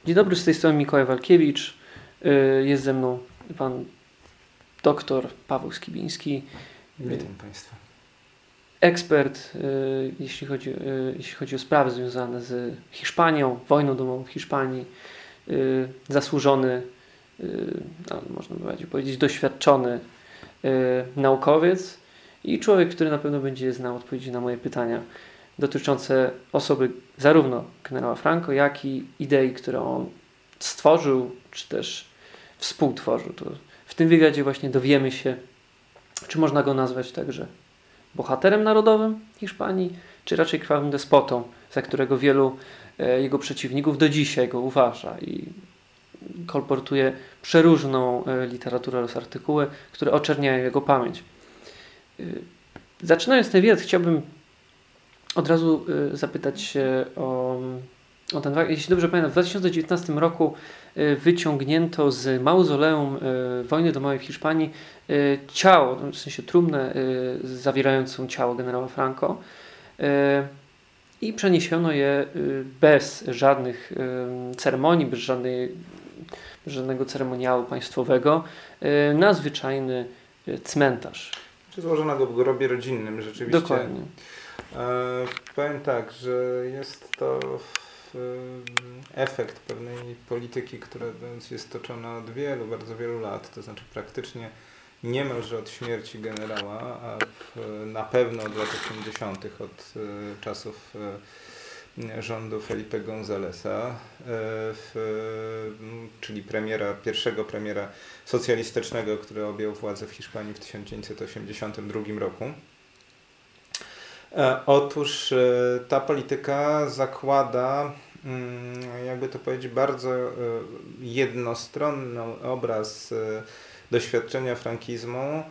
Dzień dobry, z tej strony Mikołaj Walkiewicz. Jest ze mną pan doktor Paweł Skibiński. Witam Państwa. Ekspert, jeśli chodzi o sprawy związane z Hiszpanią, wojną domową w Hiszpanii. Zasłużony, można by powiedzieć doświadczony naukowiec i człowiek, który na pewno będzie znał odpowiedzi na moje pytania dotyczące osoby zarówno generała Franco, jak i idei, które on stworzył, czy też współtworzył. To w tym wywiadzie właśnie dowiemy się, czy można go nazwać także bohaterem narodowym Hiszpanii, czy raczej krwawym despotą, za którego wielu jego przeciwników do dzisiaj go uważa i kolportuje przeróżną literaturę oraz artykuły, które oczerniają jego pamięć. Zaczynając ten wywiad, chciałbym od razu zapytać się o ten fakt. Jeśli dobrze pamiętam, w 2019 roku wyciągnięto z mauzoleum wojny domowej w Hiszpanii ciało, w sensie trumnę zawierającą ciało generała Franco i przeniesiono je bez żadnych ceremonii, bez żadnego ceremoniału państwowego na zwyczajny cmentarz. Złożonego w grobie rodzinnym rzeczywiście. Dokładnie. Powiem tak, że jest to efekt pewnej polityki, która jest toczona od bardzo wielu lat, to znaczy praktycznie niemalże od śmierci generała, a na pewno od lat 80., od czasów rządu Felipe Gonzáleza, czyli pierwszego premiera socjalistycznego, który objął władzę w Hiszpanii w 1982 roku. Otóż ta polityka zakłada, jakby to powiedzieć, bardzo jednostronny obraz doświadczenia frankizmu,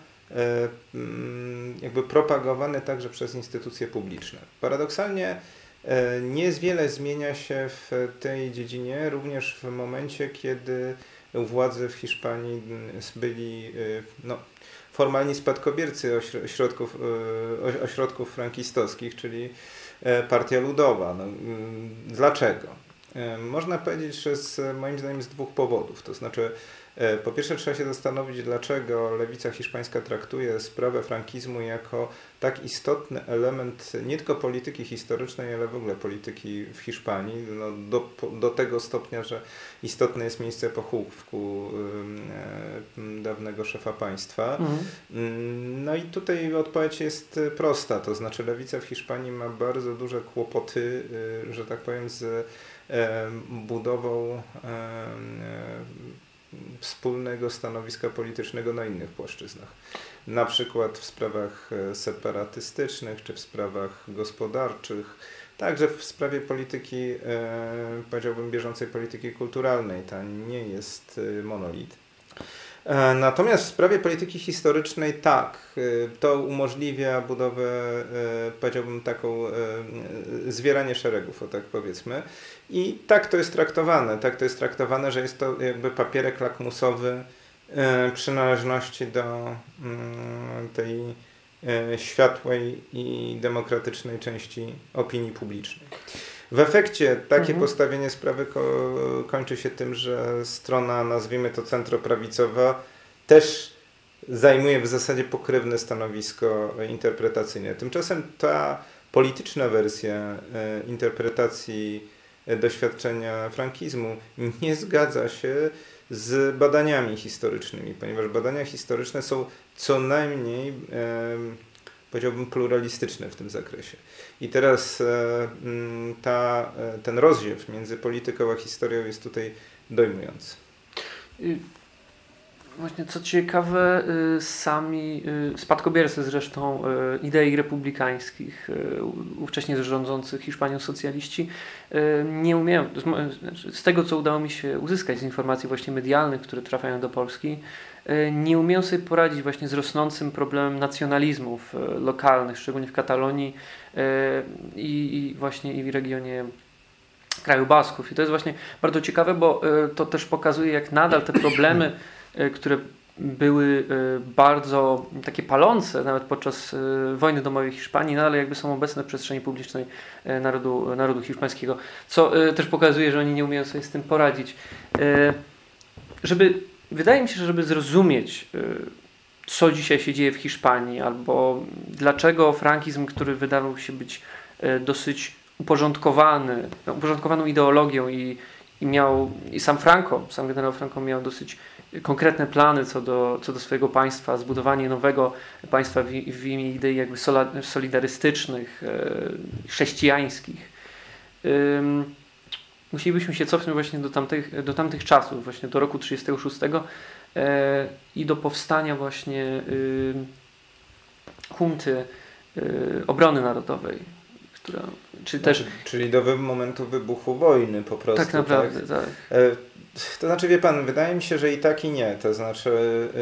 jakby propagowany także przez instytucje publiczne. Paradoksalnie niewiele zmienia się w tej dziedzinie, również w momencie, kiedy u władzy w Hiszpanii byli formalni spadkobiercy ośrodków frankistowskich, czyli Partia Ludowa. Dlaczego? Można powiedzieć, że moim zdaniem z dwóch powodów. To znaczy, po pierwsze trzeba się zastanowić, dlaczego lewica hiszpańska traktuje sprawę frankizmu jako tak istotny element nie tylko polityki historycznej, ale w ogóle polityki w Hiszpanii, do tego stopnia, że istotne jest miejsce pochówku dawnego szefa państwa. No i tutaj odpowiedź jest prosta, to znaczy lewica w Hiszpanii ma bardzo duże kłopoty, że tak powiem, z budową wspólnego stanowiska politycznego na innych płaszczyznach. Na przykład w sprawach separatystycznych, czy w sprawach gospodarczych, także w sprawie polityki, powiedziałbym, bieżącej polityki kulturalnej. Ta nie jest monolit. Natomiast w sprawie polityki historycznej tak, to umożliwia budowę, powiedziałbym, taką zwieranie szeregów, o tak powiedzmy. I tak to jest traktowane. Tak to jest traktowane, że jest to jakby papierek lakmusowy przynależności do tej światłej i demokratycznej części opinii publicznej. W efekcie takie postawienie sprawy kończy się tym, że strona, nazwijmy to centroprawicowa, też zajmuje w zasadzie pokrewne stanowisko interpretacyjne. Tymczasem ta polityczna wersja interpretacji doświadczenia frankizmu nie zgadza się z badaniami historycznymi, ponieważ badania historyczne są co najmniej, powiedziałbym, pluralistyczne w tym zakresie. I teraz ten rozziew między polityką a historią jest tutaj dojmujący. Właśnie co ciekawe, sami spadkobiercy zresztą idei republikańskich, ówcześnie rządzących Hiszpanią socjaliści, nie umieją, z tego co udało mi się uzyskać z informacji właśnie medialnych, które trafiają do Polski, nie umieją sobie poradzić właśnie z rosnącym problemem nacjonalizmów lokalnych, szczególnie w Katalonii i właśnie w regionie kraju Basków. I to jest właśnie bardzo ciekawe, bo to też pokazuje, jak nadal te problemy, które były bardzo takie palące, nawet podczas wojny domowej w Hiszpanii, no ale jakby są obecne w przestrzeni publicznej narodu hiszpańskiego, co też pokazuje, że oni nie umieją sobie z tym poradzić. Wydaje mi się, że żeby zrozumieć, co dzisiaj się dzieje w Hiszpanii, albo dlaczego frankizm, który wydawał się być dosyć uporządkowaną ideologią i sam generał Franco miał dosyć konkretne plany co do swojego państwa, zbudowanie nowego państwa w imię idei jakby solidarystycznych, chrześcijańskich. Musielibyśmy się cofnąć właśnie do tamtych czasów, właśnie do roku 1936 i do powstania właśnie Junty Obrony Narodowej, czyli do momentu wybuchu wojny po prostu. Tak naprawdę, tak. To znaczy, wie pan, wydaje mi się, że i tak i nie. To znaczy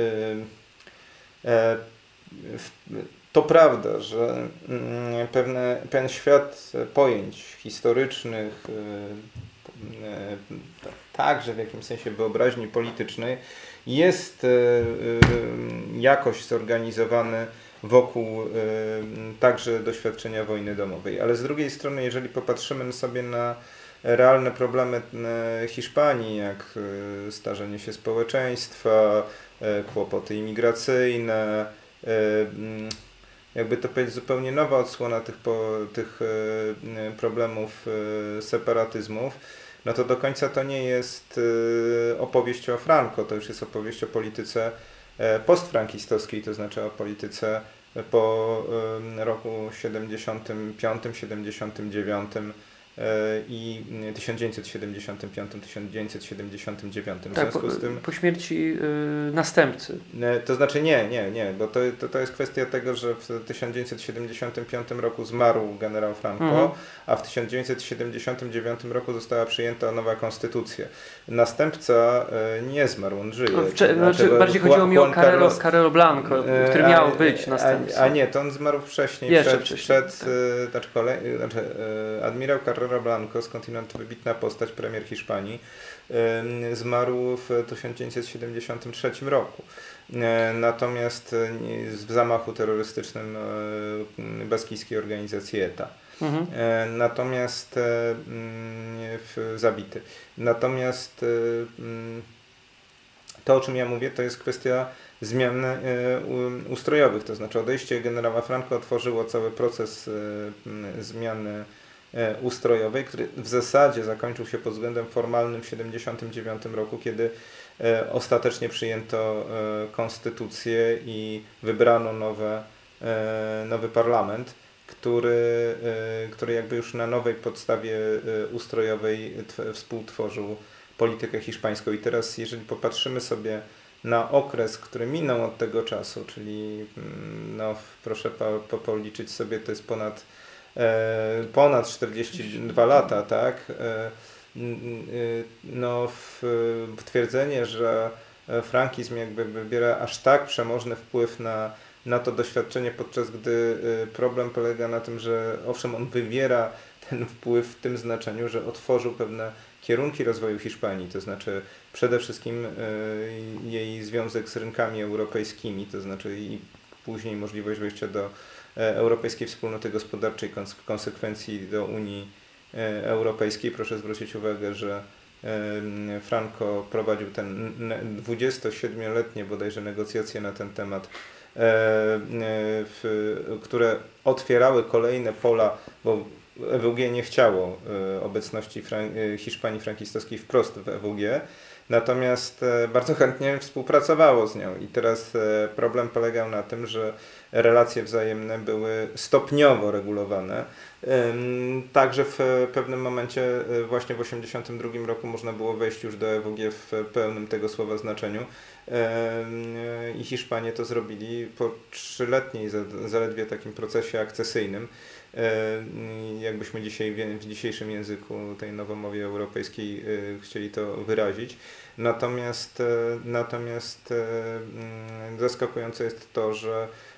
to prawda, że pewien świat pojęć historycznych, także w jakimś sensie wyobraźni politycznej jest jakoś zorganizowany wokół także doświadczenia wojny domowej. Ale z drugiej strony, jeżeli popatrzymy sobie na realne problemy Hiszpanii, jak starzenie się społeczeństwa, kłopoty imigracyjne, jakby to powiedzieć, zupełnie nowa odsłona tych problemów separatyzmów, no to do końca to nie jest opowieść o Franco, to już jest opowieść o polityce postfrankistowskiej, to znaczy o polityce po roku 75-79 i 1975-1979. W związku z tym, po śmierci następcy. To znaczy nie, bo to jest kwestia tego, że w 1975 roku zmarł generał Franco, a w 1979 roku została przyjęta nowa konstytucja. Następca nie zmarł, on żyje. Bardziej chodziło mi o Carrero Blanco, który miał być następcą. A nie, to on zmarł wcześniej. Admirał Carrero Blanco, skądinąd wybitna postać, premier Hiszpanii, zmarł w 1973 roku. Natomiast w zamachu terrorystycznym baskijskiej organizacji ETA. Natomiast zabity. Natomiast to, o czym ja mówię, to jest kwestia zmian ustrojowych, to znaczy odejście generała Franco otworzyło cały proces zmiany ustrojowej, który w zasadzie zakończył się pod względem formalnym w 1979 roku, kiedy ostatecznie przyjęto konstytucję i wybrano nowy parlament, który jakby już na nowej podstawie ustrojowej współtworzył politykę hiszpańską. I teraz, jeżeli popatrzymy sobie na okres, który minął od tego czasu, czyli proszę policzyć sobie, to jest ponad 42 lata, tak? Twierdzenie, że frankizm jakby wybiera aż tak przemożny wpływ na to doświadczenie, podczas gdy problem polega na tym, że owszem, on wywiera ten wpływ w tym znaczeniu, że otworzył pewne kierunki rozwoju Hiszpanii, to znaczy przede wszystkim jej związek z rynkami europejskimi, to znaczy i później możliwość wejścia do Europejskiej Wspólnoty Gospodarczej, w konsekwencji do Unii Europejskiej. Proszę zwrócić uwagę, że Franco prowadził 27-letnie bodajże negocjacje na ten temat, które otwierały kolejne pola, bo EWG nie chciało obecności Hiszpanii frankistowskiej wprost w EWG, natomiast bardzo chętnie współpracowało z nią i teraz problem polegał na tym, że relacje wzajemne były stopniowo regulowane. Także w pewnym momencie właśnie w 1982 roku można było wejść już do EWG w pełnym tego słowa znaczeniu i Hiszpanie to zrobili po 3-letniej zaledwie takim procesie akcesyjnym. Jakbyśmy dzisiaj w dzisiejszym języku tej nowomowie europejskiej chcieli to wyrazić. Natomiast zaskakujące jest to, że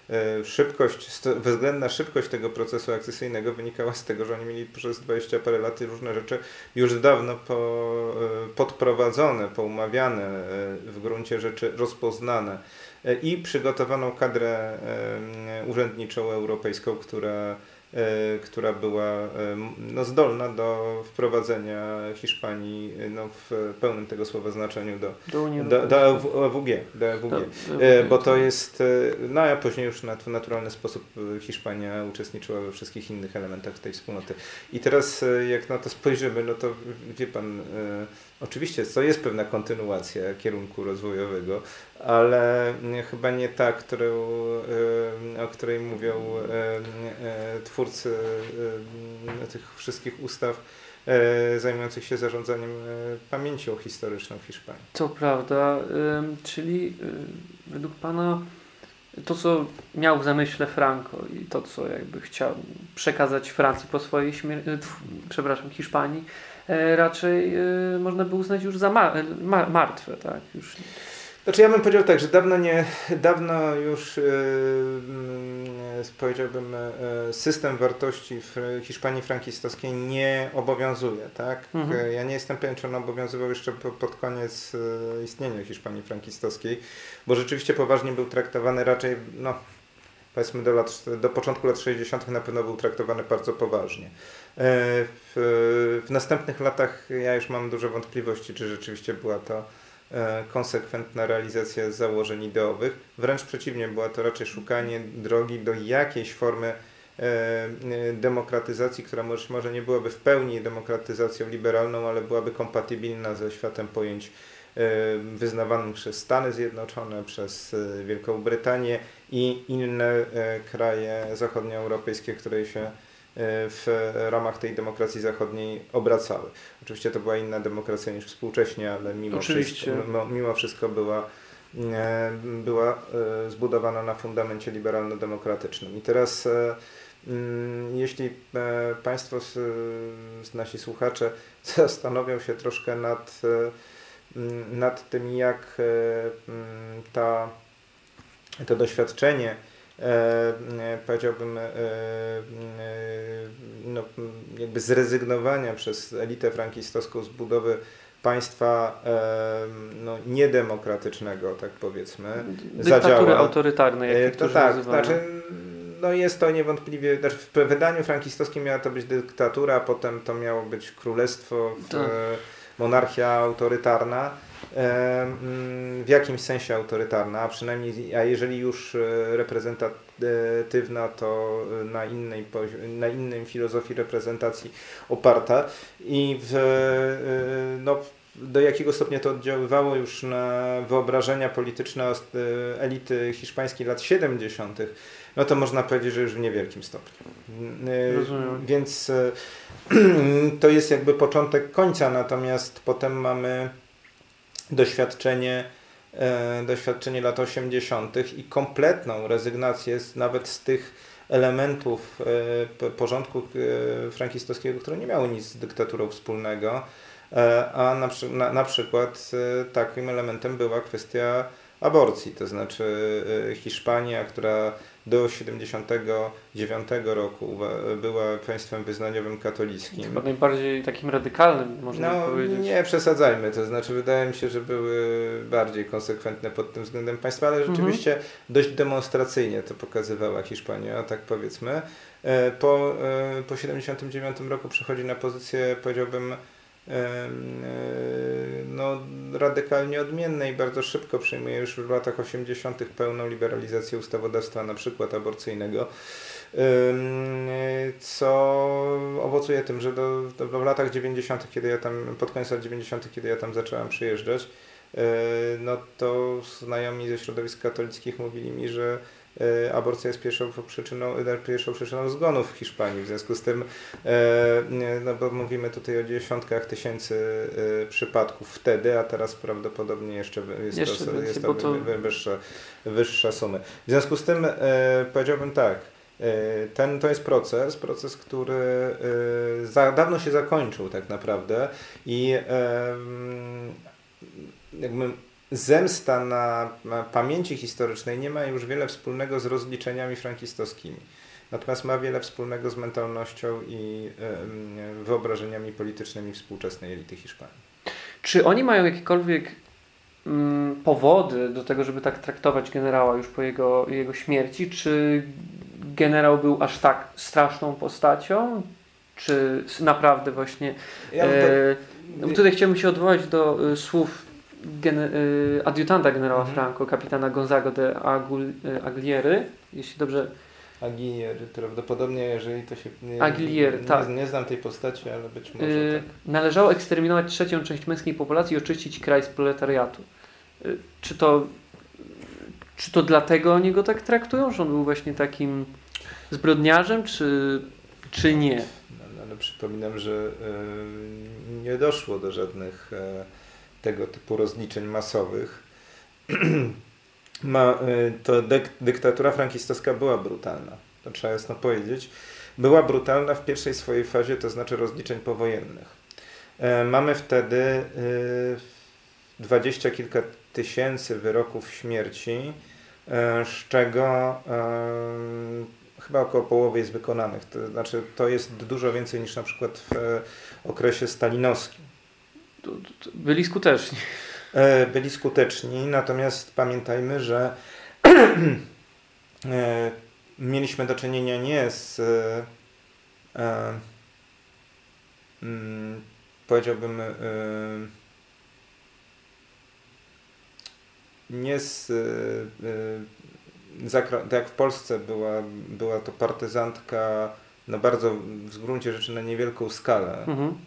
względna szybkość tego procesu akcesyjnego wynikała z tego, że oni mieli przez 20 parę lat różne rzeczy już dawno podprowadzone, poumawiane, w gruncie rzeczy rozpoznane i przygotowaną kadrę urzędniczą europejską, która była zdolna do wprowadzenia Hiszpanii w pełnym tego słowa znaczeniu do EWG. Bo to jest, a później już w naturalny sposób Hiszpania uczestniczyła we wszystkich innych elementach tej wspólnoty. I teraz jak na to spojrzymy, no to wie pan, oczywiście to jest pewna kontynuacja kierunku rozwojowego, ale chyba nie ta, o której mówią twórcy tych wszystkich ustaw zajmujących się zarządzaniem pamięcią historyczną w Hiszpanii. To prawda, czyli według Pana to, co miał w zamyśle Franco i to, co jakby chciał przekazać Francji po swojej Hiszpanii, raczej można by uznać już za martwe, tak? Już. Znaczy ja bym powiedział tak, że dawno już powiedziałbym system wartości w Hiszpanii frankistowskiej nie obowiązuje, tak? Ja nie jestem pewien, czy on obowiązywał jeszcze pod koniec istnienia Hiszpanii frankistowskiej, bo rzeczywiście poważnie był traktowany raczej, powiedzmy do początku lat 60. na pewno był traktowany bardzo poważnie. W następnych latach ja już mam duże wątpliwości, czy rzeczywiście była to konsekwentna realizacja założeń ideowych. Wręcz przeciwnie, była to raczej szukanie drogi do jakiejś formy demokratyzacji, która może nie byłaby w pełni demokratyzacją liberalną, ale byłaby kompatybilna ze światem pojęć wyznawanym przez Stany Zjednoczone, przez Wielką Brytanię i inne kraje zachodnioeuropejskie, które się w ramach tej demokracji zachodniej obracały. Oczywiście to była inna demokracja niż współcześnie, ale mimo wszystko była zbudowana na fundamencie liberalno-demokratycznym. I teraz jeśli Państwo, nasi słuchacze, zastanowią się troszkę nad tym, jak to doświadczenie powiedziałbym jakby zrezygnowania przez elitę frankistowską z budowy państwa niedemokratycznego, tak powiedzmy, dyktatury autorytarnej, jak to tak, znaczy jest to niewątpliwie, w wydaniu frankistowskim miała to być dyktatura, a potem to miało być królestwo, monarchia autorytarna. W jakimś sensie autorytarna, a jeżeli już reprezentatywna, to na innej filozofii reprezentacji oparta i do jakiego stopnia to oddziaływało już na wyobrażenia polityczne elity hiszpańskiej lat 70., to można powiedzieć, że już w niewielkim stopniu. Rozumiem. Więc to jest jakby początek końca, natomiast potem mamy doświadczenie lat 80. i kompletną rezygnację nawet z tych elementów porządku frankistowskiego, które nie miały nic z dyktaturą wspólnego, a na przykład takim elementem była kwestia aborcji, to znaczy Hiszpania, która do 79 roku była państwem wyznaniowym katolickim. Chyba najbardziej takim radykalnym, można powiedzieć. Nie przesadzajmy, to znaczy wydaje mi się, że były bardziej konsekwentne pod tym względem państwa, ale rzeczywiście dość demonstracyjnie to pokazywała Hiszpania, tak powiedzmy. Po 79 roku przechodzi na pozycję, powiedziałbym, radykalnie odmienne i bardzo szybko przyjmuje już w latach 80. pełną liberalizację ustawodawstwa, na przykład aborcyjnego, co owocuje tym, że w latach 90., pod koniec lat 90., kiedy ja tam zacząłem przyjeżdżać, to znajomi ze środowisk katolickich mówili mi, że aborcja jest pierwszą przyczyną zgonów w Hiszpanii. W związku z tym, bo mówimy tutaj o dziesiątkach tysięcy przypadków wtedy, a teraz prawdopodobnie jeszcze jest to wyższa suma. W związku z tym powiedziałbym tak, to jest proces, który dawno się zakończył tak naprawdę i jakby zemsta na pamięci historycznej nie ma już wiele wspólnego z rozliczeniami frankistowskimi. Natomiast ma wiele wspólnego z mentalnością i wyobrażeniami politycznymi współczesnej elity Hiszpanii. Czy oni mają jakiekolwiek powody do tego, żeby tak traktować generała już po jego śmierci? Czy generał był aż tak straszną postacią? Czy naprawdę właśnie... Tutaj chciałbym się odwołać do słów adiutanta generała Franco, kapitana Gonzago de Aguiliery, jeśli dobrze... Aguiliery, prawdopodobnie, jeżeli to się... Nie znam tej postaci, ale być może tak. Należało eksterminować trzecią część męskiej populacji i oczyścić kraj z proletariatu. Czy to dlatego oni go tak traktują, że on był właśnie takim zbrodniarzem, czy nie? Ale przypominam, że nie doszło do żadnych tego typu rozliczeń masowych. Dyktatura frankistowska była brutalna, to trzeba jasno powiedzieć. Była brutalna w pierwszej swojej fazie, to znaczy rozliczeń powojennych. Mamy wtedy 20 kilka tysięcy wyroków śmierci, z czego chyba około połowy jest wykonanych. To znaczy to jest dużo więcej niż na przykład w okresie stalinowskim. Byli skuteczni. Byli skuteczni, natomiast pamiętajmy, że mieliśmy do czynienia nie z powiedziałbym nie z tak jak w Polsce była to partyzantka na bardzo w gruncie rzeczy na niewielką skalę.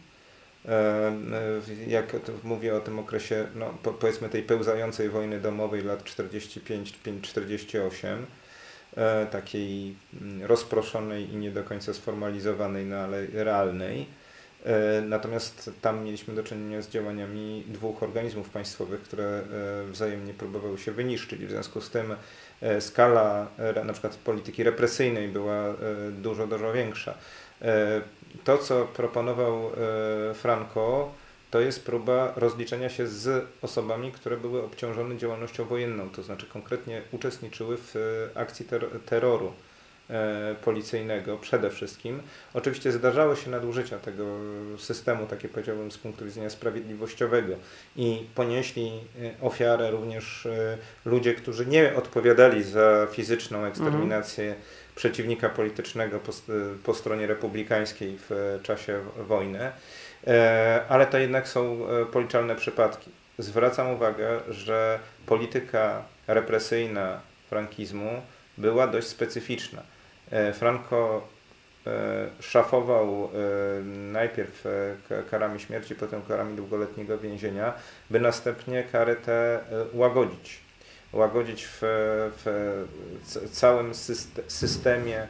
Jak mówię o tym okresie, powiedzmy tej pełzającej wojny domowej lat 45-48, takiej rozproszonej i nie do końca sformalizowanej, no ale realnej. Natomiast tam mieliśmy do czynienia z działaniami dwóch organizmów państwowych, które wzajemnie próbowały się wyniszczyć. W związku z tym skala na przykład polityki represyjnej była dużo większa. To, co proponował Franco, to jest próba rozliczenia się z osobami, które były obciążone działalnością wojenną, to znaczy konkretnie uczestniczyły w akcji terroru policyjnego przede wszystkim. Oczywiście zdarzały się nadużycia tego systemu, takie powiedziałbym z punktu widzenia sprawiedliwościowego i ponieśli ofiarę również ludzie, którzy nie odpowiadali za fizyczną eksterminację przeciwnika politycznego po stronie republikańskiej w czasie wojny, ale to jednak są policzalne przypadki. Zwracam uwagę, że polityka represyjna frankizmu była dość specyficzna. Franco szafował najpierw karami śmierci, potem karami długoletniego więzienia, by następnie karę tę łagodzić w całym systemie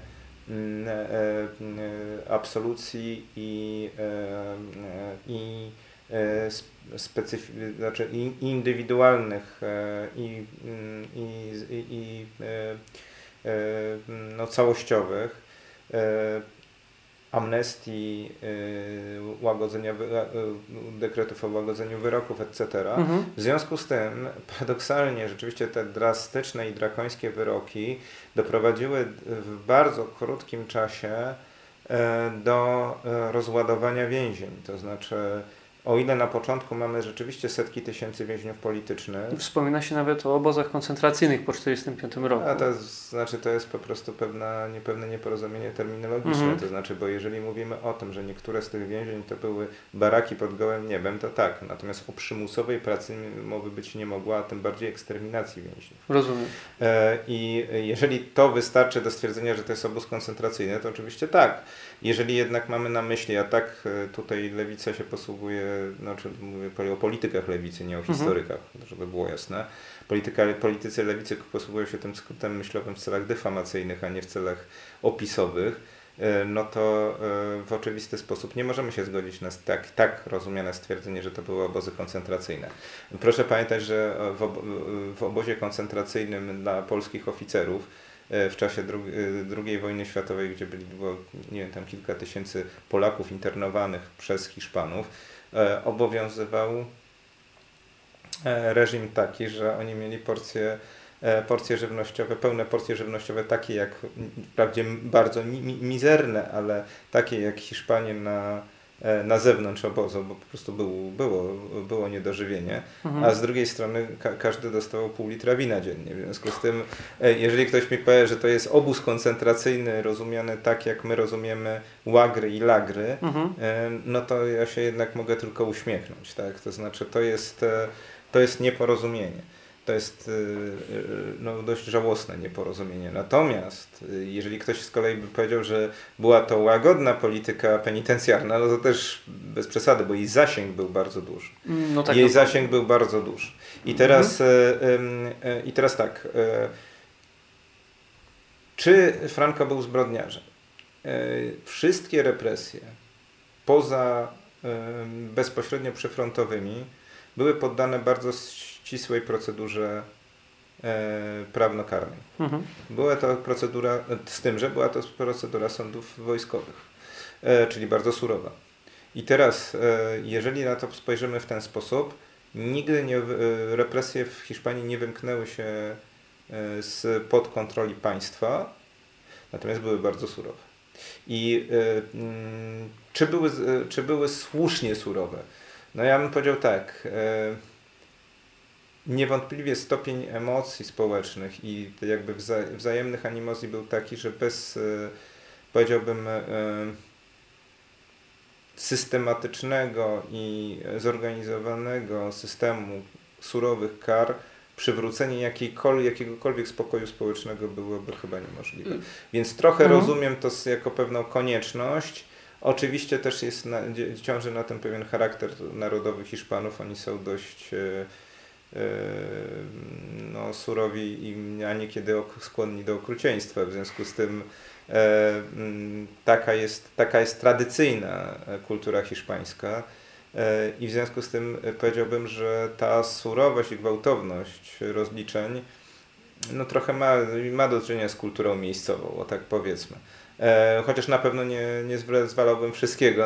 absolucji znaczy indywidualnych całościowych, amnestii, dekretów o łagodzeniu wyroków, etc. W związku z tym, paradoksalnie, rzeczywiście te drastyczne i drakońskie wyroki doprowadziły w bardzo krótkim czasie do rozładowania więzień. To znaczy, o ile na początku mamy rzeczywiście setki tysięcy więźniów politycznych. Wspomina się nawet o obozach koncentracyjnych po 1945 roku. A to jest po prostu pewne nieporozumienie terminologiczne. To znaczy, bo jeżeli mówimy o tym, że niektóre z tych więzień to były baraki pod gołym niebem, to tak. Natomiast o przymusowej pracy mowy być nie mogła, a tym bardziej eksterminacji więźniów. Rozumiem. I jeżeli to wystarczy do stwierdzenia, że to jest obóz koncentracyjny, to oczywiście tak. Jeżeli jednak mamy na myśli, a tak tutaj lewica się posługuje, mówię o politykach lewicy, nie o historykach, żeby było jasne. Politycy lewicy posługują się tym skrótem myślowym w celach dyfamacyjnych, a nie w celach opisowych, no to w oczywisty sposób nie możemy się zgodzić na tak rozumiane stwierdzenie, że to były obozy koncentracyjne. Proszę pamiętać, że w obozie koncentracyjnym dla polskich oficerów w czasie II wojny światowej, gdzie było tam kilka tysięcy Polaków internowanych przez Hiszpanów, obowiązywał reżim taki, że oni mieli porcje żywnościowe, pełne porcje żywnościowe, takie jak, wprawdzie bardzo mizerne, ale takie jak Hiszpanie na zewnątrz obozu, bo po prostu było niedożywienie, a z drugiej strony każdy dostawał pół litra wina dziennie. W związku z tym, jeżeli ktoś mi powie, że to jest obóz koncentracyjny rozumiany tak, jak my rozumiemy łagry i lagry, no to ja się jednak mogę tylko uśmiechnąć. Tak? To znaczy, to jest nieporozumienie. To jest dość żałosne nieporozumienie. Natomiast jeżeli ktoś z kolei by powiedział, że była to łagodna polityka penitencjarna, no to też bez przesady, bo jej zasięg był bardzo duży. No tak, Zasięg był bardzo duży. I teraz tak. Czy Franco był zbrodniarzem? Wszystkie represje poza bezpośrednio przyfrontowymi były poddane bardzo ścisłej procedurze prawnokarnej. Była to procedura, z tym, że była to procedura sądów wojskowych, czyli bardzo surowa. I teraz, jeżeli na to spojrzymy w ten sposób, nigdy represje w Hiszpanii nie wymknęły się spod kontroli państwa, natomiast były bardzo surowe. I czy były słusznie surowe? No ja bym powiedział tak. Niewątpliwie stopień emocji społecznych i jakby wzajemnych animozji był taki, że bez, powiedziałbym, systematycznego i zorganizowanego systemu surowych kar przywrócenie jakiegokolwiek spokoju społecznego byłoby chyba niemożliwe. Więc trochę rozumiem to jako pewną konieczność. Oczywiście też ciąży na tym pewien charakter narodowy Hiszpanów. Oni są dość surowi a niekiedy skłonni do okrucieństwa. W związku z tym taka jest tradycyjna kultura hiszpańska i w związku z tym powiedziałbym, że ta surowość i gwałtowność rozliczeń trochę ma do czynienia z kulturą miejscową, o tak powiedzmy. Chociaż na pewno nie zwalałbym wszystkiego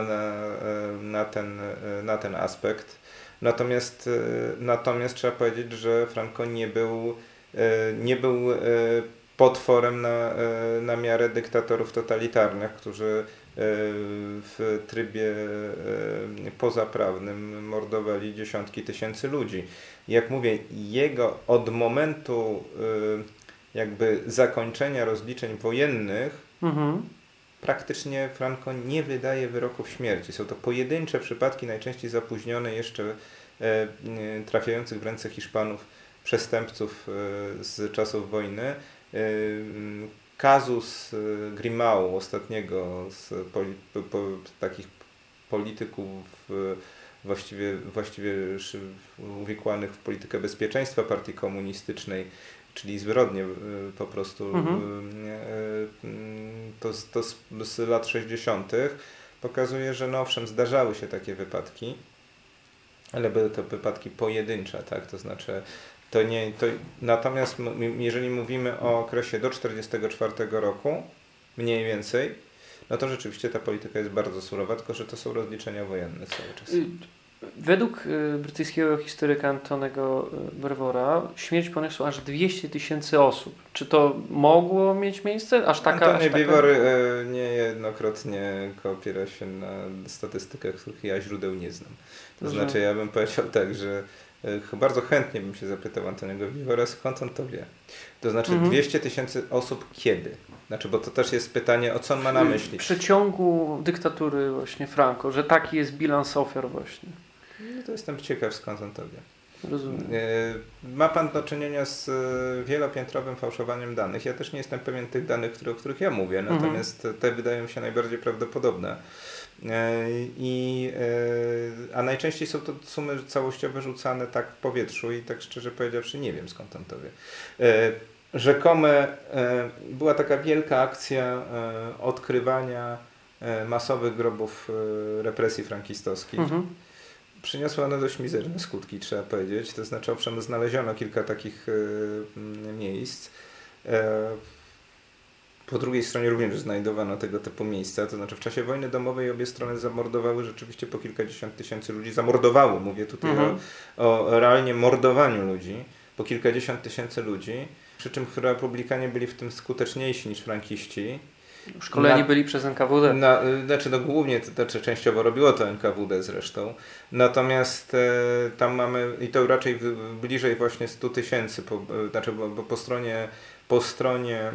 na ten aspekt. Natomiast trzeba powiedzieć, że Franco nie był potworem na miarę dyktatorów totalitarnych, którzy w trybie pozaprawnym mordowali dziesiątki tysięcy ludzi. Jak mówię, jego od momentu jakby zakończenia rozliczeń wojennych praktycznie Franco nie wydaje wyroków śmierci. Są to pojedyncze przypadki, najczęściej zapóźnione jeszcze trafiających w ręce Hiszpanów przestępców z czasów wojny. Kazus Grimau, ostatniego z takich polityków właściwie uwikłanych w politykę bezpieczeństwa partii komunistycznej, czyli zwyrodnie po prostu to z lat 60. pokazuje, że owszem, zdarzały się takie wypadki, ale były to wypadki pojedyncze, tak? To znaczy natomiast jeżeli mówimy o okresie do 1944 roku, mniej więcej, no to rzeczywiście ta polityka jest bardzo surowa, tylko że to są rozliczenia wojenne cały czas. Według brytyjskiego historyka Antonego Brevora śmierć poniosło aż 200 000 osób. Czy to mogło mieć miejsce? Antony Brevor niejednokrotnie opiera się na statystykach, których ja źródeł nie znam. To znaczy ja bym powiedział tak, że bardzo chętnie bym się zapytał Antoniego Brevora, skąd on to wie. To znaczy 200 000 osób kiedy? Znaczy, bo to też jest pytanie, o co on ma na myśli. W przeciągu dyktatury właśnie Franco, że taki jest bilans ofiar właśnie. No to jestem ciekaw, skąd on to wie. Rozumiem. Ma pan do czynienia z wielopiętrowym fałszowaniem danych. Ja też nie jestem pewien tych danych, o których ja mówię, natomiast te wydają mi się najbardziej prawdopodobne. A najczęściej są to sumy całościowe rzucane tak w powietrzu i tak szczerze powiedziawszy nie wiem, skąd on to wie. Była taka wielka akcja odkrywania masowych grobów represji frankistowskich. Przyniosła one dość mizerne skutki, trzeba powiedzieć. To znaczy, owszem, znaleziono kilka takich miejsc. Po drugiej stronie również znajdowano tego typu miejsca, to znaczy w czasie wojny domowej obie strony zamordowały rzeczywiście po kilkadziesiąt tysięcy ludzi. Zamordowały, mówię tutaj o realnie mordowaniu ludzi, po kilkadziesiąt tysięcy ludzi, przy czym republikanie byli w tym skuteczniejsi niż frankiści. Szkoleni byli przez NKWD. Głównie, częściowo robiło to NKWD zresztą. Natomiast tam mamy, i to raczej bliżej właśnie 100 tysięcy, bo po stronie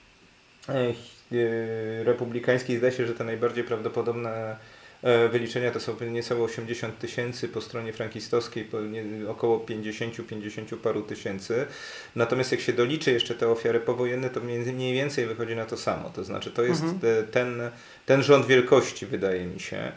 republikańskiej zdaje się, że te najbardziej prawdopodobne wyliczenia to są niecałe 80 tysięcy, po stronie frankistowskiej około 50 paru tysięcy. Natomiast jak się doliczy jeszcze te ofiary powojenne, to mniej więcej wychodzi na to samo. To znaczy to jest ten rząd wielkości, wydaje mi się.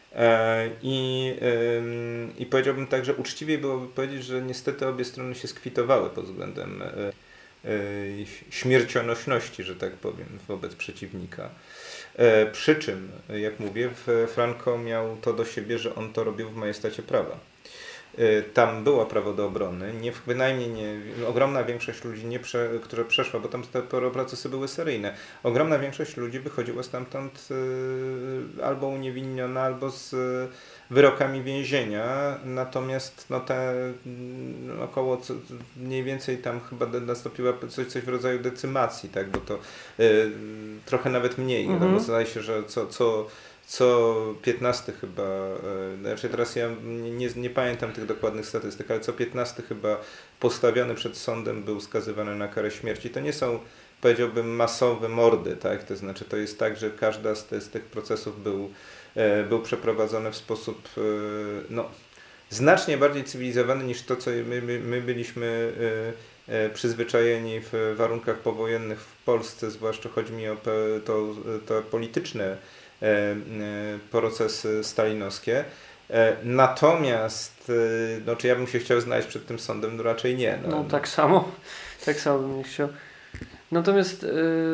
I powiedziałbym tak, że uczciwiej byłoby powiedzieć, że niestety obie strony się skwitowały pod względem śmiercionośności, że tak powiem, wobec przeciwnika. Przy czym, jak mówię, Franco miał to do siebie, że on to robił w majestacie prawa. Tam było prawo do obrony, bynajmniej nie, ogromna większość ludzi, która przeszła, bo tam te procesy były seryjne, ogromna większość ludzi wychodziła stamtąd albo uniewinniona, albo z wyrokami więzienia, natomiast około mniej więcej tam chyba nastąpiła coś w rodzaju decymacji, tak, bo to trochę nawet mniej, bo zdaje się, że co 15 chyba, znaczy teraz ja nie pamiętam tych dokładnych statystyk, ale co 15 chyba postawiony przed sądem był skazywany na karę śmierci. To nie są, powiedziałbym, masowe mordy, tak? To znaczy to jest tak, że każda z tych procesów był przeprowadzony w sposób znacznie bardziej cywilizowany niż to, co my byliśmy przyzwyczajeni w warunkach powojennych w Polsce, zwłaszcza chodzi mi o to polityczne procesy stalinowskie. Natomiast czy ja bym się chciał znaleźć przed tym sądem? No raczej nie. Tak samo bym nie chciał. Natomiast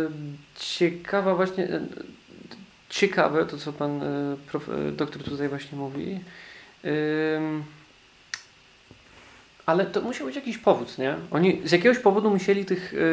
ciekawe to, co pan doktor tutaj właśnie mówi. Ale to musiał być jakiś powód, nie? Oni z jakiegoś powodu musieli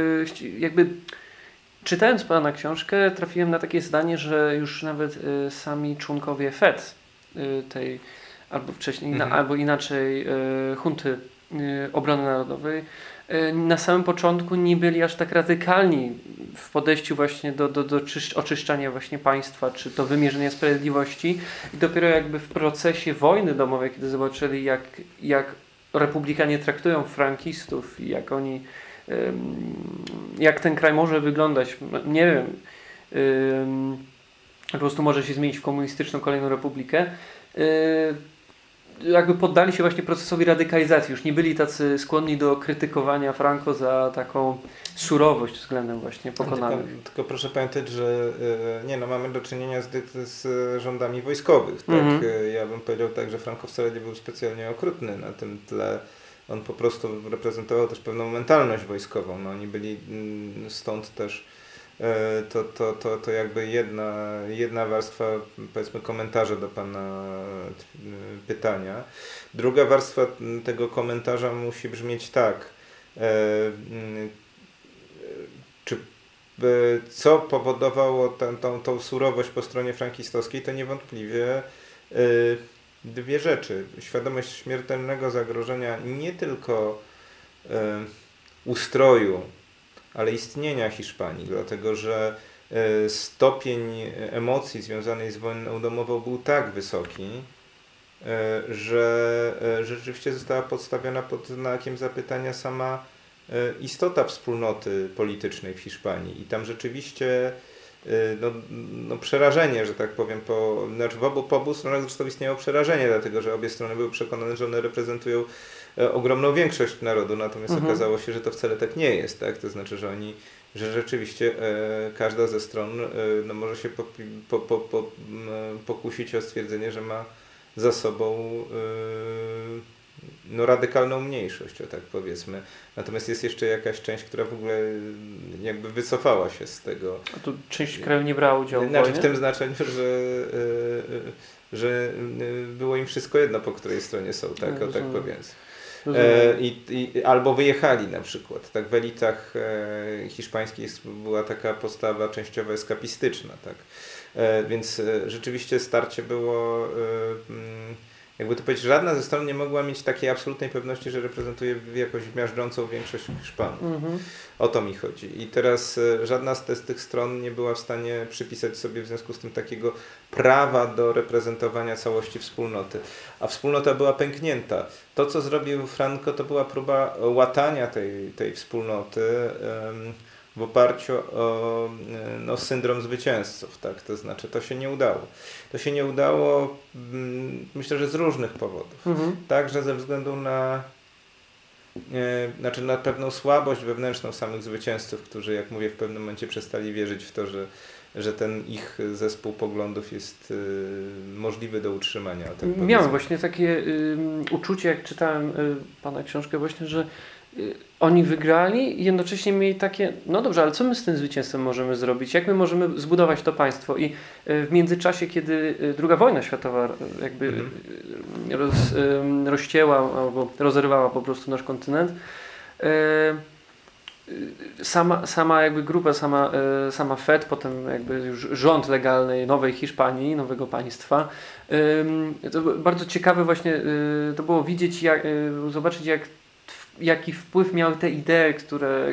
czytając pana książkę, trafiłem na takie zdanie, że już nawet sami członkowie FED tej albo wcześniej, albo inaczej Hunty Obrony Narodowej na samym początku nie byli aż tak radykalni w podejściu właśnie do oczyszczania właśnie państwa, czy do wymierzenia sprawiedliwości. I dopiero jakby w procesie wojny domowej, kiedy zobaczyli jak republikanie traktują frankistów i jak ten kraj może wyglądać, nie wiem, po prostu może się zmienić w komunistyczną kolejną republikę, jakby poddali się właśnie procesowi radykalizacji. Już nie byli tacy skłonni do krytykowania Franco za taką surowość względem właśnie pokonanych. Tylko proszę pamiętać, że mamy do czynienia z rządami wojskowych. Tak? Ja bym powiedział tak, że Franco wcale nie był specjalnie okrutny na tym tle. On po prostu reprezentował też pewną mentalność wojskową. Oni byli stąd też to jakby jedna warstwa, powiedzmy, komentarza do pana pytania. Druga warstwa tego komentarza musi brzmieć tak. Co powodowało tą surowość po stronie frankistowskiej, to niewątpliwie dwie rzeczy. Świadomość śmiertelnego zagrożenia nie tylko ustroju, ale istnienia Hiszpanii, dlatego że stopień emocji związanej z wojną domową był tak wysoki, że rzeczywiście została podstawiona pod znakiem zapytania sama istota wspólnoty politycznej w Hiszpanii. I tam rzeczywiście przerażenie, że tak powiem, po obu stronach zresztą istniało przerażenie, dlatego że obie strony były przekonane, że one reprezentują ogromną większość narodu, natomiast okazało się, że to wcale tak nie jest, tak? To znaczy, że rzeczywiście każda ze stron może się pokusić o stwierdzenie, że ma za sobą radykalną mniejszość, o tak powiedzmy. Natomiast jest jeszcze jakaś część, która w ogóle jakby wycofała się z tego. A tu część kraju nie brała udziału w wojnie? W tym znaczeniu, że było im wszystko jedno, po której stronie są, tak, o tak powiedzmy. Albo wyjechali na przykład. Tak w elitach hiszpańskich była taka postawa częściowo eskapistyczna. Tak? Więc rzeczywiście starcie było, jakby to powiedzieć, żadna ze stron nie mogła mieć takiej absolutnej pewności, że reprezentuje jakąś miażdżącą większość Hiszpanów. O to mi chodzi. I teraz żadna z tych stron nie była w stanie przypisać sobie w związku z tym takiego prawa do reprezentowania całości wspólnoty. A wspólnota była pęknięta. To, co zrobił Franco, to była próba łatania tej wspólnoty w oparciu o syndrom zwycięzców. Tak? To znaczy, to się nie udało. To się nie udało, myślę, że z różnych powodów. Także ze względu na na pewną słabość wewnętrzną samych zwycięzców, którzy, jak mówię, w pewnym momencie przestali wierzyć w to, że ten ich zespół poglądów jest możliwy do utrzymania. Tak miałem właśnie takie uczucie, jak czytałem pana książkę właśnie, że oni wygrali i jednocześnie mieli takie, no dobrze, ale co my z tym zwycięstwem możemy zrobić? Jak my możemy zbudować to państwo? I w międzyczasie, kiedy II wojna światowa jakby rozcięła albo rozerwała po prostu nasz kontynent, sama jakby grupa, sama FED, potem jakby już rząd legalnej Nowej Hiszpanii, nowego państwa, to bardzo ciekawe właśnie to było widzieć, zobaczyć jaki wpływ miały te idee, które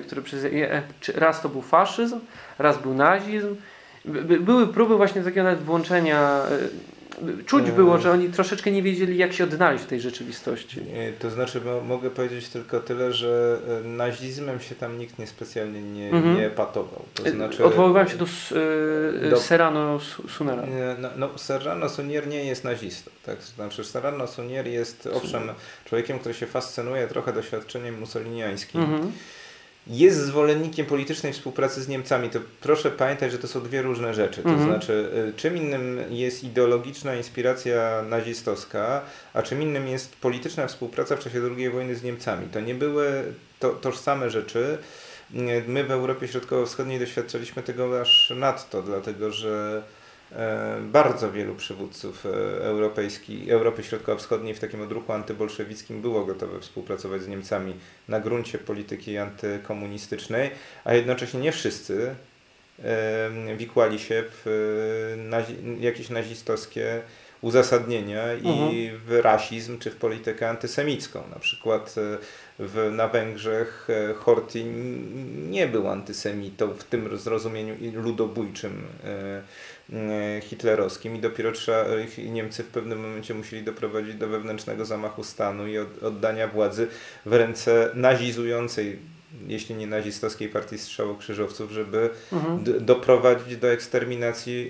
raz to był faszyzm, raz był nazizm. Były próby właśnie takiego nawet włączenia. Czuć było, że oni troszeczkę nie wiedzieli, jak się odnaleźć w tej rzeczywistości. To znaczy, mogę powiedzieć tylko tyle, że nazizmem się tam nikt niespecjalnie nie epatował. To znaczy, odwoływałem się do Serrano Sunera. Serrano Sunier nie jest nazistą. Tak? Znaczy, Serrano Sunier jest owszem człowiekiem, który się fascynuje trochę doświadczeniem mussoliniańskim. Jest zwolennikiem politycznej współpracy z Niemcami. To proszę pamiętać, że to są dwie różne rzeczy. To znaczy, czym innym jest ideologiczna inspiracja nazistowska, a czym innym jest polityczna współpraca w czasie II wojny z Niemcami. To nie były tożsame rzeczy. My w Europie Środkowo-Wschodniej doświadczaliśmy tego aż nadto, dlatego że bardzo wielu przywódców Europy Środkowo-Wschodniej w takim odruchu antybolszewickim było gotowe współpracować z Niemcami na gruncie polityki antykomunistycznej, a jednocześnie nie wszyscy wikłali się w jakieś nazistowskie uzasadnienia i w rasizm czy w politykę antysemicką. Na przykład na Węgrzech Horthy nie był antysemitą w tym zrozumieniu ludobójczym hitlerowskim i dopiero Niemcy w pewnym momencie musieli doprowadzić do wewnętrznego zamachu stanu i oddania władzy w ręce nazizującej, jeśli nie nazistowskiej partii strzałokrzyżowców, żeby doprowadzić do eksterminacji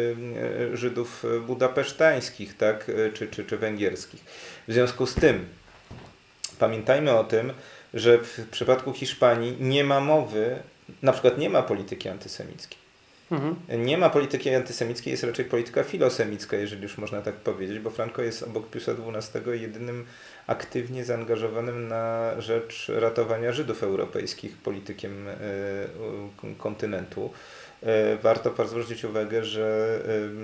Żydów budapesztańskich, tak? czy węgierskich. W związku z tym pamiętajmy o tym, że w przypadku Hiszpanii nie ma mowy, na przykład nie ma polityki antysemickiej. Nie ma polityki antysemickiej, jest raczej polityka filosemicka, jeżeli już można tak powiedzieć, bo Franco jest obok Piusa XII jedynym aktywnie zaangażowanym na rzecz ratowania Żydów europejskich politykiem kontynentu. Warto zwrócić uwagę, że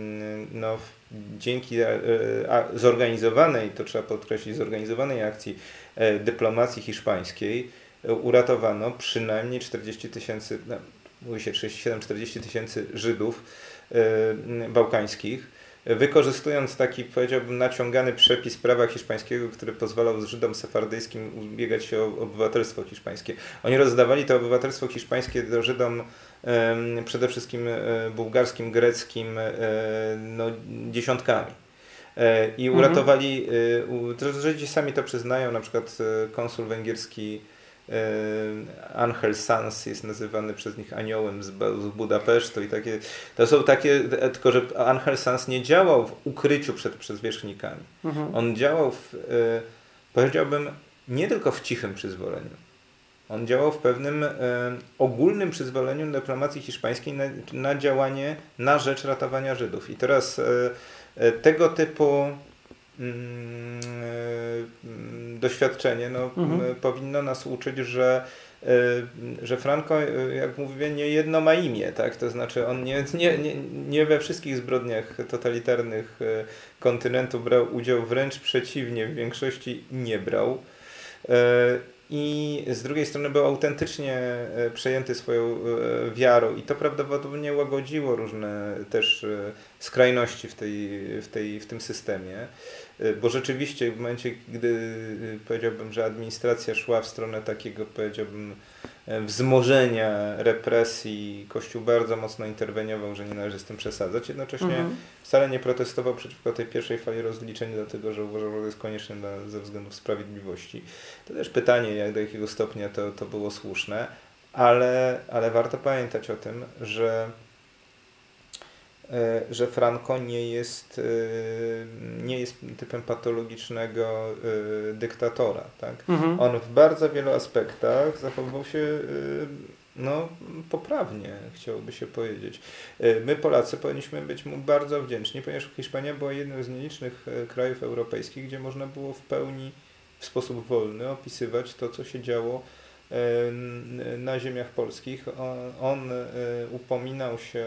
dzięki zorganizowanej, to trzeba podkreślić, zorganizowanej akcji dyplomacji hiszpańskiej uratowano przynajmniej 40 tysięcy, mówi się 37-40 tysięcy Żydów bałkańskich, wykorzystując taki, powiedziałbym, naciągany przepis prawa hiszpańskiego, który pozwalał Żydom sefardyjskim ubiegać się o obywatelstwo hiszpańskie. Oni rozdawali to obywatelstwo hiszpańskie do Żydom przede wszystkim bułgarskim, greckim, dziesiątkami. I uratowali, Żydzi sami to przyznają, na przykład konsul węgierski Angel Sanz jest nazywany przez nich aniołem z Budapesztu i takie, to są takie, tylko że Angel Sanz nie działał w ukryciu przed zwierzchnikami. On działał powiedziałbym, nie tylko w cichym przyzwoleniu. On działał w pewnym ogólnym przyzwoleniu dyplomacji hiszpańskiej na działanie na rzecz ratowania Żydów. I teraz tego typu doświadczenie powinno nas uczyć, że Franco, jak mówię, nie jedno ma imię, tak? To znaczy on nie we wszystkich zbrodniach totalitarnych kontynentu brał udział, wręcz przeciwnie, w większości nie brał. I z drugiej strony był autentycznie przejęty swoją wiarą i to prawdopodobnie łagodziło różne też skrajności w tym systemie, bo rzeczywiście w momencie, gdy powiedziałbym, że administracja szła w stronę takiego, powiedziałbym, wzmożenia represji, Kościół bardzo mocno interweniował, że nie należy z tym przesadzać. Jednocześnie wcale nie protestował przeciwko tej pierwszej fali rozliczeń, dlatego że uważał, że to jest konieczne ze względów sprawiedliwości. To też pytanie, do jakiego stopnia to było słuszne, ale warto pamiętać o tym, że Franco nie jest typem patologicznego dyktatora. Tak? On w bardzo wielu aspektach zachowywał się poprawnie, chciałoby się powiedzieć. My Polacy powinniśmy być mu bardzo wdzięczni, ponieważ Hiszpania była jednym z nielicznych krajów europejskich, gdzie można było w pełni, w sposób wolny opisywać to, co się działo na ziemiach polskich. On upominał się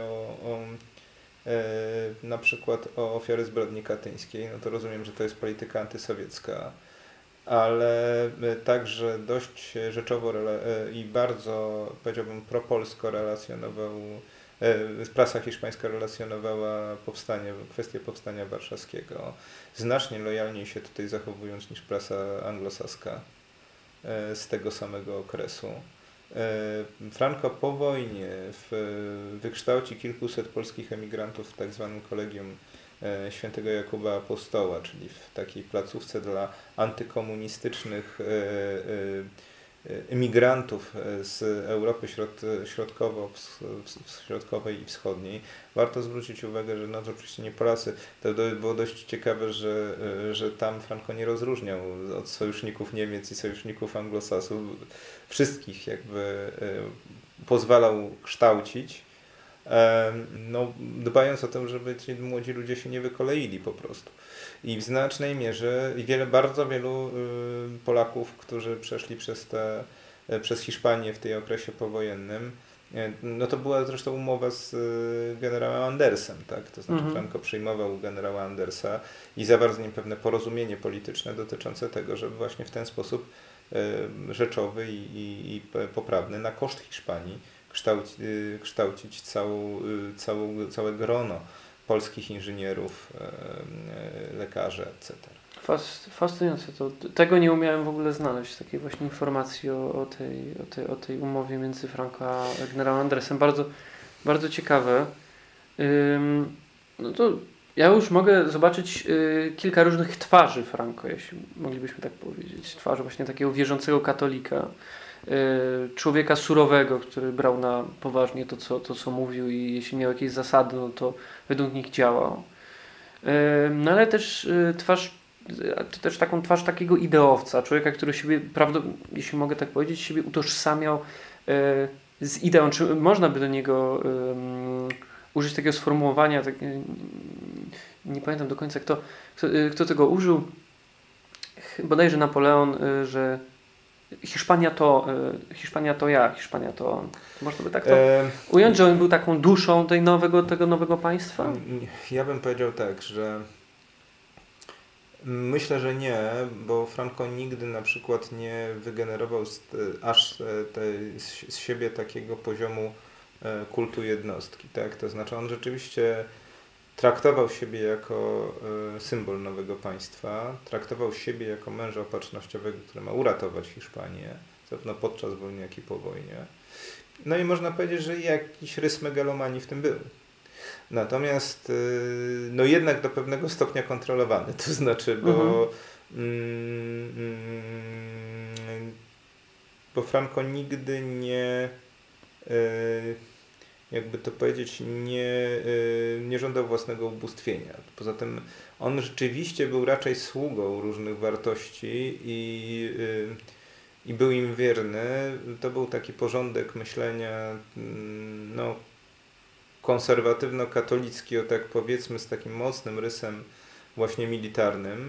na przykład o ofiary zbrodni katyńskiej, no to rozumiem, że to jest polityka antysowiecka, ale także dość rzeczowo i bardzo, powiedziałbym, propolsko relacjonował, prasa hiszpańska relacjonowała kwestię powstania warszawskiego, znacznie lojalniej się tutaj zachowując niż prasa anglosaska z tego samego okresu. Franco po wojnie wykształci kilkuset polskich emigrantów w tak zwanym Kolegium Świętego Jakuba Apostoła, czyli w takiej placówce dla antykomunistycznych emigrantów z Europy środkowej i wschodniej. Warto zwrócić uwagę, że to oczywiście nie Polacy. To było dość ciekawe, że tam Franco nie rozróżniał od sojuszników Niemiec i sojuszników Anglosasów. Wszystkich jakby pozwalał kształcić, dbając o to, żeby ci młodzi ludzie się nie wykoleili po prostu. I w znacznej mierze bardzo wielu Polaków, którzy przeszli przez Hiszpanię w tej okresie powojennym, to była zresztą umowa z generałem Andersem, tak? To znaczy Franco przyjmował generała Andersa i zawarł z nim pewne porozumienie polityczne dotyczące tego, żeby właśnie w ten sposób rzeczowy i poprawny na koszt Hiszpanii kształcić całe grono polskich inżynierów, lekarzy, etc. Fascynujące to. Tego nie umiałem w ogóle znaleźć, takiej właśnie informacji o tej umowie między Franco a generałem Andersem. Bardzo, bardzo ciekawe. No to ja już mogę zobaczyć kilka różnych twarzy Franco, jeśli moglibyśmy tak powiedzieć. Twarzy właśnie takiego wierzącego katolika, człowieka surowego, który brał na poważnie to, co mówił i jeśli miał jakieś zasady, no to według nich działał. No ale też taką twarz takiego ideowca, człowieka, który siebie, jeśli mogę tak powiedzieć, siebie utożsamiał z ideą. Czy można by do niego użyć takiego sformułowania, nie pamiętam do końca kto tego użył, bodajże Napoleon, że Hiszpania to ja, Hiszpania to on. Można by tak to ująć, że on był taką duszą tego nowego państwa? Ja bym powiedział tak, że myślę, że nie, bo Franco nigdy na przykład nie wygenerował z siebie takiego poziomu kultu jednostki. Tak? To znaczy on rzeczywiście traktował siebie jako symbol nowego państwa, traktował siebie jako męża opatrznościowego, który ma uratować Hiszpanię, zarówno podczas wojny, jak i po wojnie. No i można powiedzieć, że jakiś rys megalomanii w tym był. Natomiast jednak do pewnego stopnia kontrolowany, to znaczy, bo Franco nigdy nie, jakby to powiedzieć, nie żądał własnego ubóstwienia. Poza tym on rzeczywiście był raczej sługą różnych wartości i był im wierny. To był taki porządek myślenia, konserwatywno-katolicki, tak powiedzmy, z takim mocnym rysem właśnie militarnym,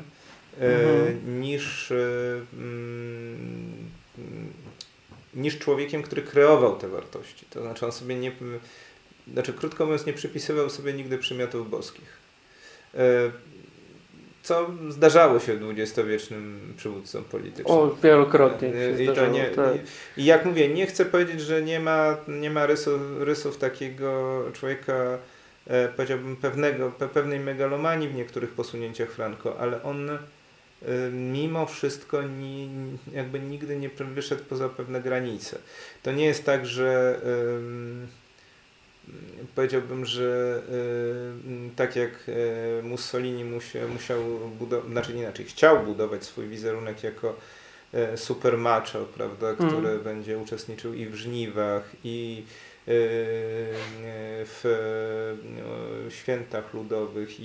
niż człowiekiem, który kreował te wartości. To znaczy on sobie krótko mówiąc, nie przypisywał sobie nigdy przymiotów boskich. co zdarzało się dwudziestowiecznym przywódcom politycznym. O, wielokrotnie się I, zdarzało, tak. I jak mówię, nie chcę powiedzieć, że nie ma rysów takiego człowieka, powiedziałbym, pewnej megalomanii w niektórych posunięciach Franco, ale on mimo wszystko jakby nigdy nie wyszedł poza pewne granice. To nie jest tak, że powiedziałbym, że tak jak Mussolini musiał budować, znaczy inaczej, chciał budować swój wizerunek jako super macho, prawda, który będzie uczestniczył i w żniwach, i w świętach ludowych,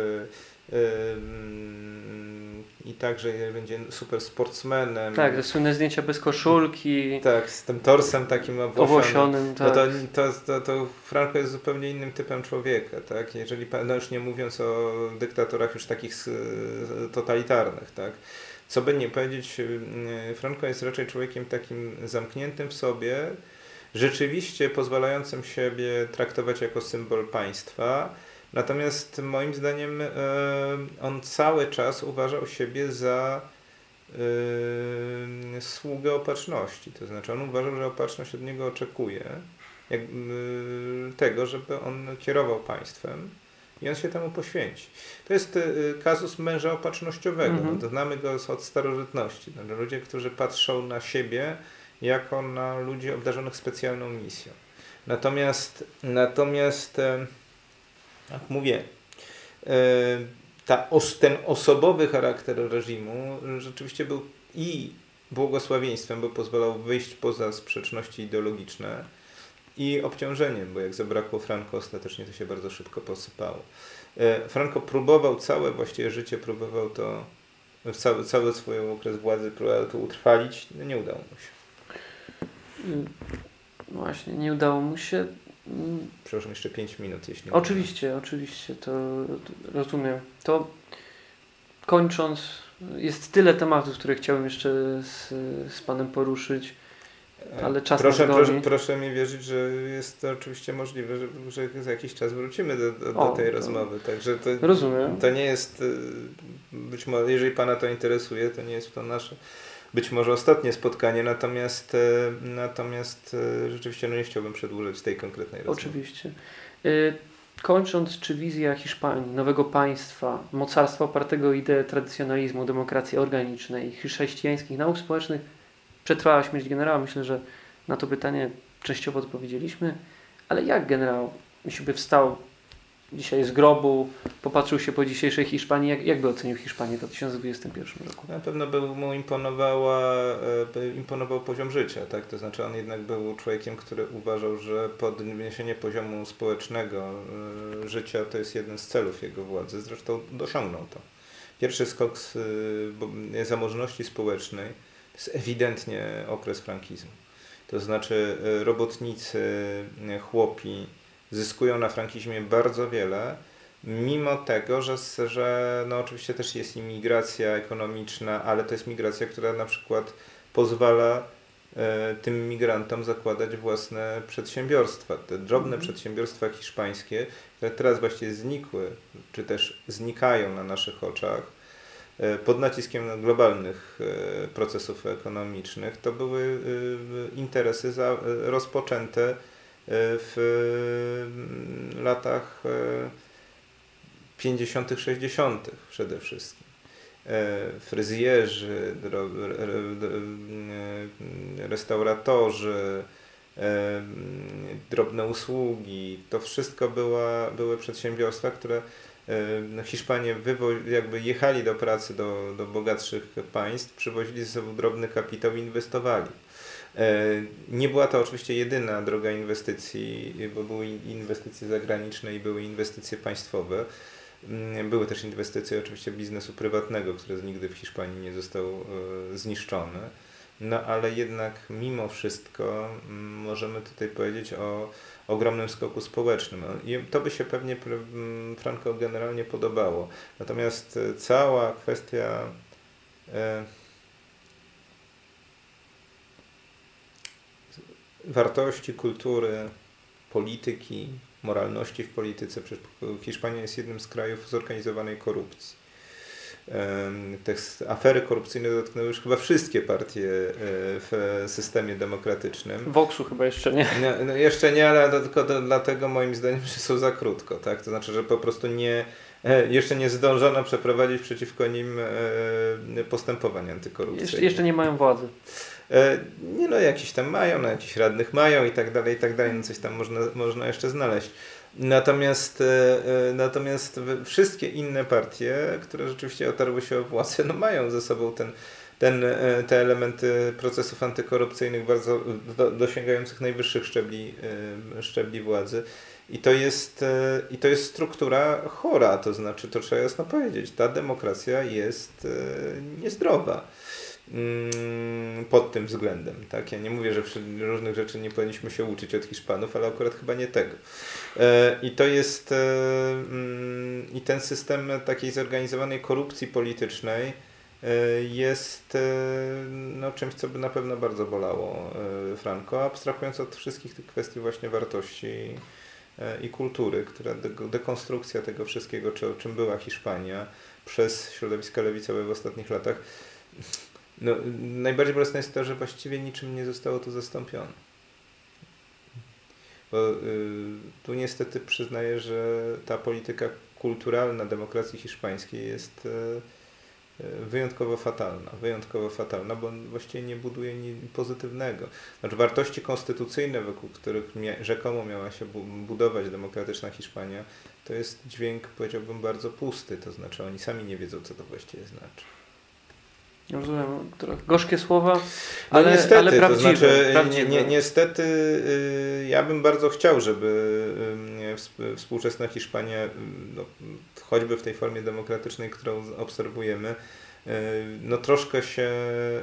i także będzie super sportsmenem. Tak, te słynne zdjęcia bez koszulki. Tak, z tym torsem takim owłosionym. Tak. No to Franco jest zupełnie innym typem człowieka, tak? Jeżeli, no już nie mówiąc o dyktatorach już takich totalitarnych, tak? Co by nie powiedzieć, Franco jest raczej człowiekiem takim zamkniętym w sobie, rzeczywiście pozwalającym siebie traktować jako symbol państwa. Natomiast moim zdaniem on cały czas uważał siebie za sługę opatrzności. To znaczy on uważał, że opatrzność od niego oczekuje tego, żeby on kierował państwem i on się temu poświęci. To jest kazus męża opatrznościowego. No, to znamy go od starożytności. No, ludzie, którzy patrzą na siebie jako na ludzi obdarzonych specjalną misją. Natomiast jak mówię, ten osobowy charakter reżimu rzeczywiście był i błogosławieństwem, bo pozwalał wyjść poza sprzeczności ideologiczne, i obciążeniem, bo jak zabrakło Franco, ostatecznie to się bardzo szybko posypało. Franco próbował całe właściwie życie, próbował to, cały swój okres władzy próbował to utrwalić, no nie udało mu się. Właśnie, nie udało mu się. Przepraszam, jeszcze 5 minut, jeśli Oczywiście, to rozumiem. To kończąc, jest tyle tematów, które chciałbym jeszcze z Panem poruszyć, ale czas nas goni. Proszę mi wierzyć, że jest to oczywiście możliwe, że za jakiś czas wrócimy do tej rozmowy. Także rozumiem. To nie jest, być może, jeżeli Pana to interesuje, to nie jest to nasze być może ostatnie spotkanie, natomiast rzeczywiście nie chciałbym przedłużać tej konkretnej rozmowy. Oczywiście. Kończąc, czy wizja Hiszpanii, nowego państwa, mocarstwa opartego o ideę tradycjonalizmu, demokracji organicznej, chrześcijańskich nauk społecznych przetrwała śmierć generała? Myślę, że na to pytanie częściowo odpowiedzieliśmy, ale jak generał, jeśli by wstał dzisiaj z grobu, popatrzył się po dzisiejszej Hiszpanii, jak by ocenił Hiszpanię w 2021 roku? Na pewno mu imponował poziom życia, tak? To znaczy on jednak był człowiekiem, który uważał, że podniesienie poziomu społecznego życia to jest jeden z celów jego władzy. Zresztą osiągnął to. Pierwszy skok z zamożności społecznej to jest ewidentnie okres frankizmu. To znaczy robotnicy, chłopi zyskują na frankizmie bardzo wiele, mimo tego, że no oczywiście też jest imigracja ekonomiczna, ale to jest migracja, która na przykład pozwala tym migrantom zakładać własne przedsiębiorstwa. Te drobne przedsiębiorstwa hiszpańskie, które teraz właściwie znikły, czy też znikają na naszych oczach, pod naciskiem globalnych procesów ekonomicznych, to były interesy rozpoczęte w latach 50., 60. przede wszystkim. Fryzjerzy, restauratorzy, drobne usługi, to wszystko były przedsiębiorstwa, które Hiszpanie jakby jechali do pracy do bogatszych państw, przywozili ze sobą drobny kapitał i inwestowali. Nie była to oczywiście jedyna droga inwestycji, bo były inwestycje zagraniczne i były inwestycje państwowe. Były też inwestycje oczywiście biznesu prywatnego, który nigdy w Hiszpanii nie został zniszczony. No ale jednak mimo wszystko możemy tutaj powiedzieć o ogromnym skoku społecznym. I to by się pewnie Franco generalnie podobało. Natomiast cała kwestia wartości, kultury, polityki, moralności w polityce. Przecież Hiszpania jest jednym z krajów zorganizowanej korupcji. te afery korupcyjne dotknęły już chyba wszystkie partie w systemie demokratycznym. Voxu chyba jeszcze nie. No, jeszcze nie, ale tylko dlatego moim zdaniem, że są za krótko. Tak? To znaczy, że po prostu jeszcze nie zdążono przeprowadzić przeciwko nim postępowań antykorupcyjnych. Jeszcze nie mają władzy. Nie no, jakiś tam mają, no, jakichś radnych mają i tak dalej, no coś tam można jeszcze znaleźć. Natomiast wszystkie inne partie, które rzeczywiście otarły się o władzę, no mają ze sobą te elementy procesów antykorupcyjnych bardzo dosięgających najwyższych szczebli władzy. I to jest struktura chora, to znaczy, to trzeba jasno powiedzieć, ta demokracja jest niezdrowa pod tym względem. Tak? Ja nie mówię, że różnych rzeczy nie powinniśmy się uczyć od Hiszpanów, ale akurat chyba nie tego. I to jest i ten system takiej zorganizowanej korupcji politycznej jest czymś, co by na pewno bardzo bolało Franco, abstrahując od wszystkich tych kwestii właśnie wartości i kultury, która dekonstrukcja tego wszystkiego, czym była Hiszpania przez środowiska lewicowe w ostatnich latach. No, najbardziej bolesne jest to, że właściwie niczym nie zostało to zastąpione. Bo tu niestety przyznaję, że ta polityka kulturalna demokracji hiszpańskiej jest wyjątkowo fatalna, bo on właściwie nie buduje nic pozytywnego. Znaczy wartości konstytucyjne, wokół których rzekomo miała się budować demokratyczna Hiszpania, to jest dźwięk, powiedziałbym, bardzo pusty, to znaczy oni sami nie wiedzą, co to właściwie znaczy. Rozumiem, gorzkie słowa, ale niestety, prawdziwe. To znaczy, niestety ja bym bardzo chciał, żeby współczesna Hiszpania, choćby w tej formie demokratycznej, którą obserwujemy, troszkę się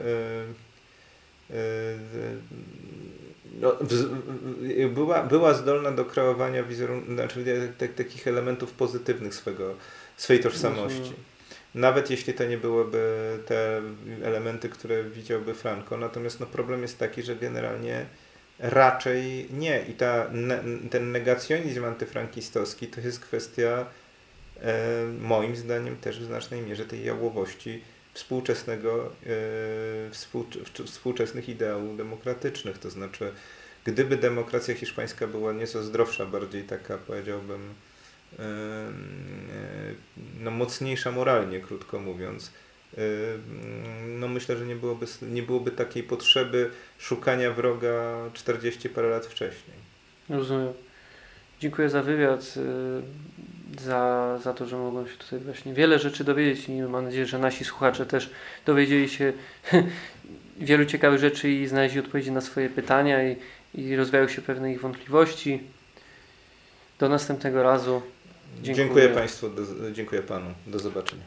była zdolna do kreowania takich elementów pozytywnych swej tożsamości. Nawet jeśli to nie byłyby te elementy, które widziałby Franco. Natomiast problem jest taki, że generalnie raczej nie. I ten negacjonizm antyfrankistowski to jest kwestia moim zdaniem też w znacznej mierze tej jałowości współczesnych ideałów demokratycznych. To znaczy, gdyby demokracja hiszpańska była nieco zdrowsza, bardziej taka, powiedziałbym, mocniejsza moralnie, krótko mówiąc, myślę, że nie byłoby takiej potrzeby szukania wroga 40 parę lat wcześniej. Rozumiem. Dziękuję za wywiad, za to, że mogłem się tutaj właśnie wiele rzeczy dowiedzieć i mam nadzieję, że nasi słuchacze też dowiedzieli się wielu ciekawych rzeczy i znaleźli odpowiedzi na swoje pytania i rozwiały się pewne ich wątpliwości. Do następnego razu. Dziękuję Państwu, dziękuję Panu. Do zobaczenia.